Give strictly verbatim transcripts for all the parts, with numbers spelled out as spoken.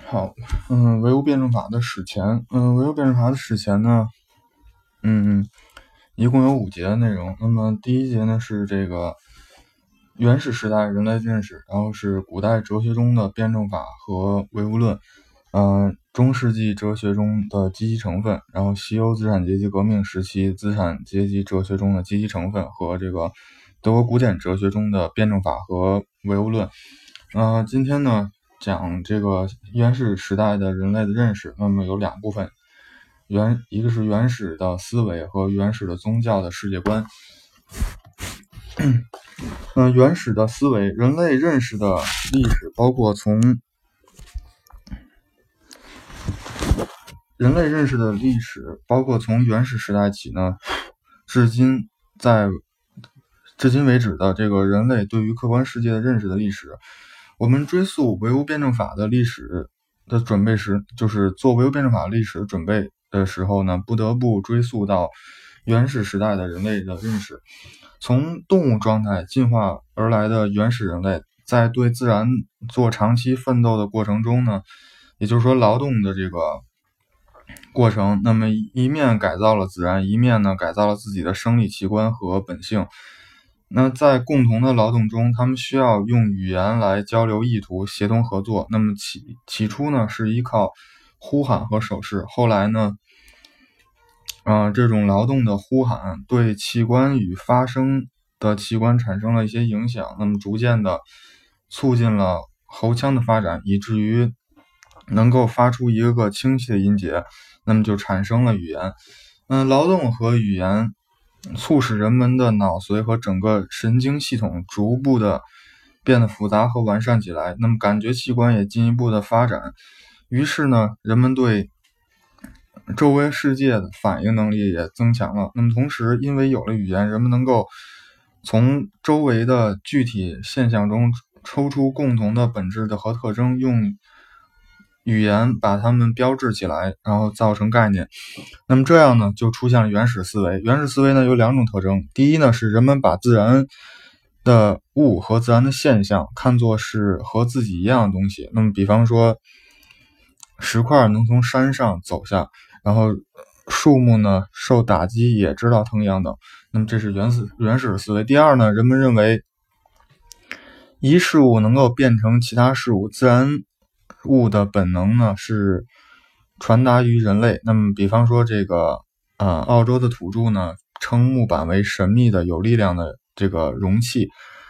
好，嗯，唯物辩证法的史前，嗯，唯物辩证法的史前呢，嗯，一共有五节的内容。那么第一节呢是这个原始时代人类认识，然后是古代哲学中的辩证法和唯物论，嗯，中世纪哲学中的积极成分，然后西欧资产阶级革命时期资产阶级哲学中的积极成分和这个德国古典哲学中的辩证法和唯物论。呃，今天呢讲这个原始时代的人类的认识，那么有两部分，原一个是原始的思维和原始的宗教的世界观。嗯、呃，原始的思维，人类认识的历史包括从人类认识的历史包括从原始时代起呢，至今在至今为止的这个人类对于客观世界的认识的历史。我们追溯唯物辩证法的历史的准备时，就是做唯物辩证法历史准备的时候呢，不得不追溯到原始时代的人类的认识。从动物状态进化而来的原始人类，在对自然做长期奋斗的过程中呢，也就是说劳动的这个过程，那么一面改造了自然，一面呢改造了自己的生理器官和本性。那在共同的劳动中，他们需要用语言来交流意图，协同合作。那么起起初呢是依靠呼喊和手势，后来呢呃，这种劳动的呼喊对器官与发声的器官产生了一些影响，那么逐渐的促进了喉腔的发展，以至于能够发出一个个清晰的音节，那么就产生了语言。嗯、呃，劳动和语言促使人们的脑髓和整个神经系统逐步的变得复杂和完善起来，那么感觉器官也进一步的发展。于是呢，人们对周围世界的反应能力也增强了。那么同时，因为有了语言，人们能够从周围的具体现象中抽出共同的本质的和特征，用语言把它们标志起来，然后造成概念。那么这样呢，就出现了原始思维。原始思维呢有两种特征，第一呢是人们把自然的物和自然的现象看作是和自己一样的东西。那么比方说石块能从山上走下，然后树木呢受打击也知道疼痒等，那么这是原始原始思维。第二呢，人们认为一事物能够变成其他事物，自然物的本能呢是传达于人类。那么比方说这个呃，澳洲的土著呢称木板为神秘的有力量的这个容器。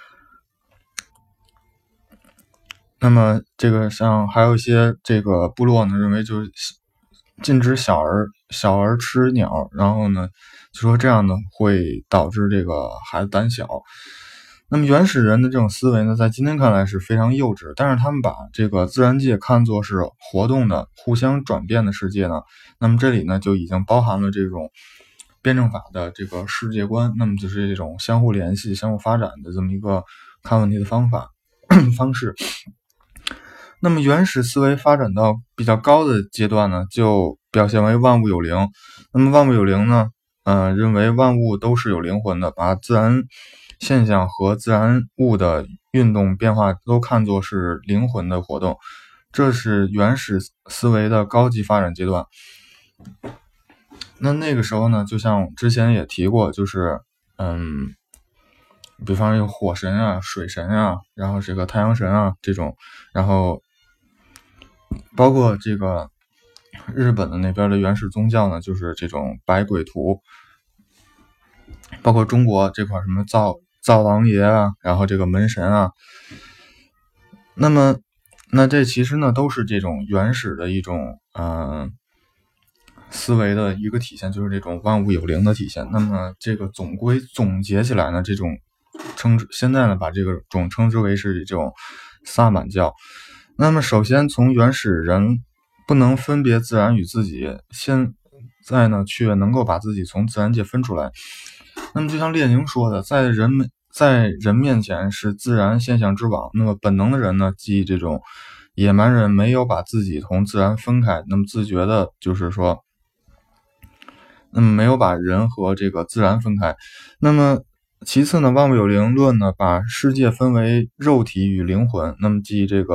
那么这个像还有一些这个部落呢认为就是禁止小儿小儿吃鸟，然后呢就说这样呢会导致这个孩子胆小。那么原始人的这种思维呢在今天看来是非常幼稚，但是他们把这个自然界看作是活动的互相转变的世界呢，那么这里呢就已经包含了这种辩证法的这个世界观，那么就是这种相互联系相互发展的这么一个看问题的方法方式。那么原始思维发展到比较高的阶段呢，就表现为万物有灵。那么万物有灵呢，呃，认为万物都是有灵魂的，把自然现象和自然物的运动变化都看作是灵魂的活动，这是原始思维的高级发展阶段。那那个时候呢，就像之前也提过，就是嗯。比方有火神啊、水神啊，然后这个太阳神啊这种，然后包括这个日本的那边的原始宗教呢，就是这种百鬼图，包括中国这块什么灶灶王爷啊，然后这个门神啊，那么那这其实呢都是这种原始的一种嗯、呃、思维的一个体现，就是这种万物有灵的体现。那么这个总归总结起来呢，这种称之现在呢把这个种称之为是这种萨满教。那么首先从原始人不能分别自然与自己，现在呢却能够把自己从自然界分出来。那么就像列宁说的，在人们在人面前是自然现象之网，那么本能的人呢，即这种野蛮人没有把自己同自然分开，那么自觉的就是说那么没有把人和这个自然分开。那么其次呢，万物有灵论呢把世界分为肉体与灵魂，那么即这个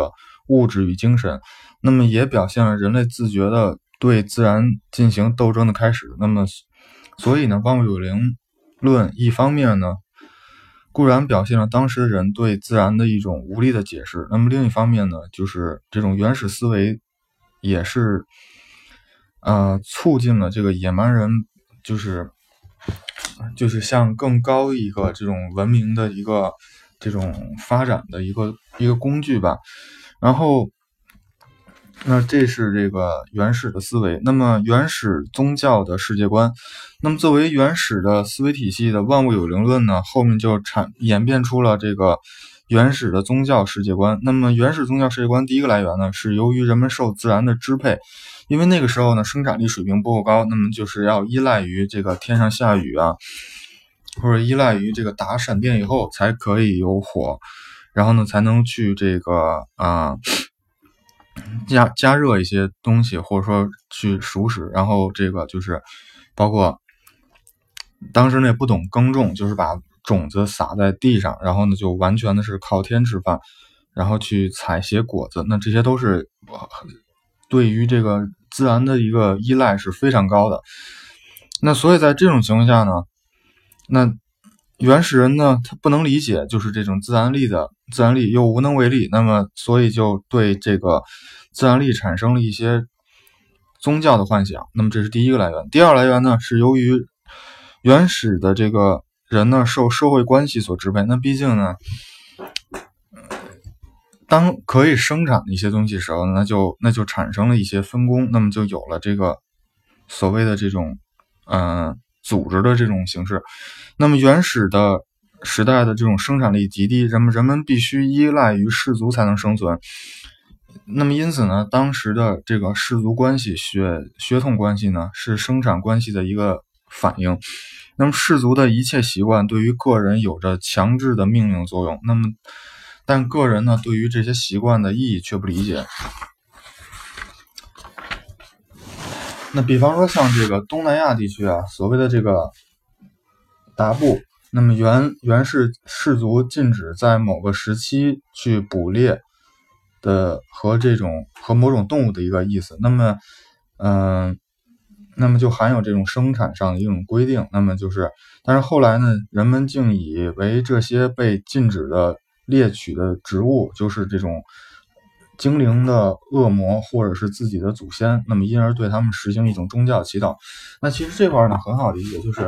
物质与精神，那么也表现了人类自觉的对自然进行斗争的开始。那么所以呢，万物有灵论一方面呢固然表现了当时的人对自然的一种无力的解释，那么另一方面呢，就是这种原始思维也是呃促进了这个野蛮人就是就是向更高一个这种文明的一个这种发展的一个一个工具吧。然后那这是这个原始的思维，那么原始宗教的世界观，那么作为原始的思维体系的万物有灵论呢，后面就产演变出了这个原始的宗教世界观。那么原始宗教世界观第一个来源呢，是由于人们受自然的支配，因为那个时候呢生产力水平不够高，那么就是要依赖于这个天上下雨啊，或者依赖于这个打闪电以后才可以有火，然后呢才能去这个啊。加加热一些东西，或者说去熟食，然后这个就是包括当时那不懂耕种，就是把种子撒在地上，然后呢就完全的是靠天吃饭，然后去采些果子，那这些都是对于这个自然的一个依赖是非常高的。那所以在这种情况下呢，那原始人呢他不能理解就是这种自然力的自然力又无能为力，那么所以就对这个自然力产生了一些宗教的幻想。那么这是第一个来源。第二来源呢是由于原始的这个人呢受社会关系所支配，那毕竟呢当可以生产的一些东西的时候，那就那就产生了一些分工，那么就有了这个所谓的这种嗯、呃、组织的这种形式。那么原始的时代的这种生产力极低，人们人们必须依赖于氏族才能生存。那么因此呢，当时的这个氏族关系血血统关系呢是生产关系的一个反应。那么氏族的一切习惯对于个人有着强制的命令作用，那么但个人呢对于这些习惯的意义却不理解。那比方说像这个东南亚地区啊，所谓的这个达布，那么原原是氏族禁止在某个时期去捕猎的和这种和某种动物的一个意思。那么嗯、呃，那么就含有这种生产上的一种规定。那么就是但是后来呢，人们竟以为这些被禁止的猎取的植物就是这种精灵的恶魔或者是自己的祖先，那么因而对他们实行一种宗教祈祷。那其实这块呢很好理解，就是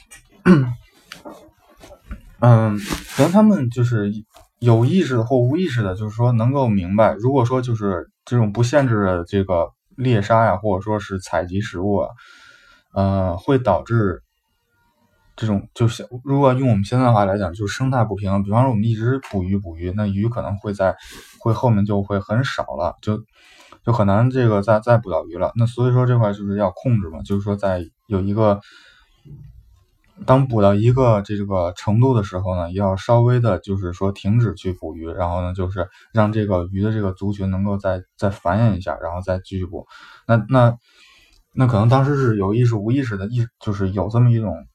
嗯，可能他们就是有意识的或无意识的，就是说能够明白，如果说就是这种不限制的这个猎杀呀，或者说是采集食物啊，呃，会导致这种就是如果用我们现在的话来讲，就是生态不平衡。比方说我们一直捕鱼捕鱼，那鱼可能会在会后面就会很少了，就就很难这个再再捕到鱼了。那所以说这块就是要控制嘛，就是说在有一个当捕到一个这个程度的时候呢，要稍微的就是说停止去捕鱼，然后呢就是让这个鱼的这个族群能够再再繁衍一下，然后再继续捕。那那那可能当时是有意识无意识的意，就是有这么一种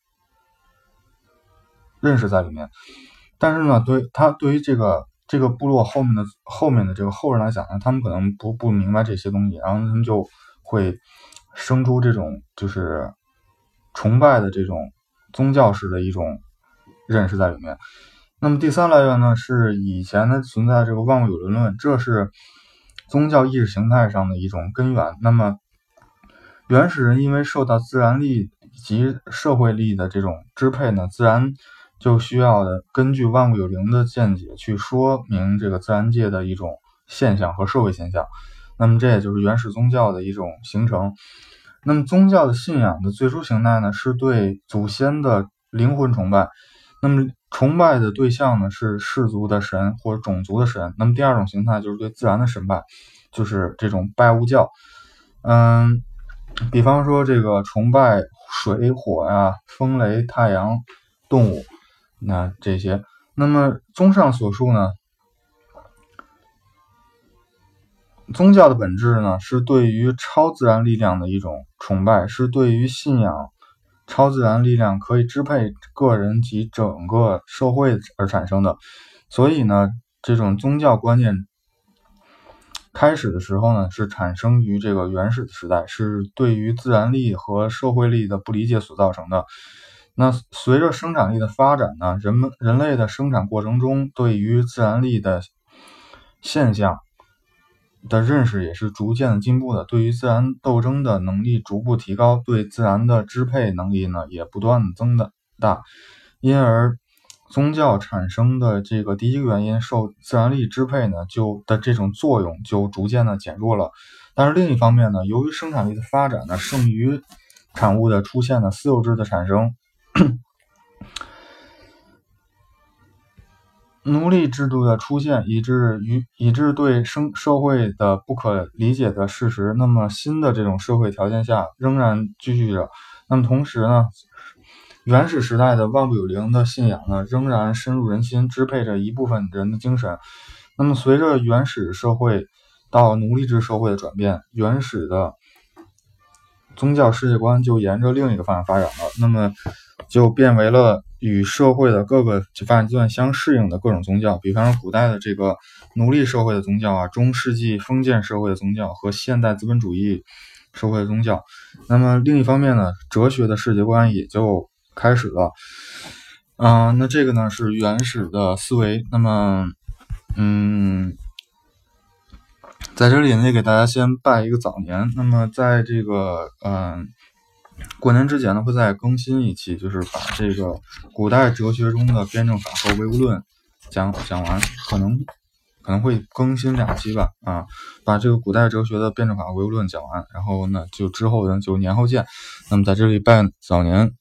认识在里面。但是呢，对他对于这个这个部落后面的后面的这个后人来讲呢，他们可能不不明白这些东西，然后他们就会生出这种就是崇拜的这种宗教式的一种认识在里面。那么第三来源呢，是以前的存在这个万物有灵论，这是宗教意识形态上的一种根源。那么原始人因为受到自然力及社会力的这种支配呢，自然就需要的根据万物有灵的见解去说明这个自然界的一种现象和社会现象。那么这也就是原始宗教的一种形成。那么宗教的信仰的最初形态呢，是对祖先的灵魂崇拜。那么崇拜的对象呢，是氏族的神或者种族的神。那么第二种形态就是对自然的神拜，就是这种拜物教。嗯，比方说这个崇拜水、火呀、风、雷、太阳、动物，那这些。那么综上所述呢，宗教的本质呢，是对于超自然力量的一种崇拜，是对于信仰超自然力量可以支配个人及整个社会而产生的。所以呢，这种宗教观念开始的时候呢，是产生于这个原始的时代，是对于自然力和社会力的不理解所造成的。那随着生产力的发展呢，人们人类的生产过程中对于自然力的现象的认识也是逐渐的进步的，对于自然斗争的能力逐步提高，对自然的支配能力呢也不断的增大，因而宗教产生的这个第一个原因，受自然力支配呢就的这种作用就逐渐的减弱了。但是另一方面呢，由于生产力的发展呢，剩余产物的出现呢，私有制的产生，奴隶制度的出现，以致于以致对生社会的不可理解的事实，那么新的这种社会条件下仍然继续着。那么同时呢，原始时代的万物有灵的信仰呢，仍然深入人心，支配着一部分人的精神。那么随着原始社会到奴隶制社会的转变，原始的宗教世界观就沿着另一个方向发展了，那么就变为了与社会的各个发展阶段相适应的各种宗教，比方说古代的这个奴隶社会的宗教啊，中世纪封建社会的宗教和现代资本主义社会的宗教。那么另一方面呢，哲学的世界观也就开始了。啊、呃，那这个呢是原始的思维。那么，嗯。在这里呢，也给大家先拜一个早年。那么在这个嗯、呃、过年之前呢，会再更新一期，就是把这个古代哲学中的辩证法和唯物论讲讲完，可能可能会更新两期吧。啊，把这个古代哲学的辩证法、唯物论讲完，然后呢，就之后呢就年后见。那么在这里拜早年。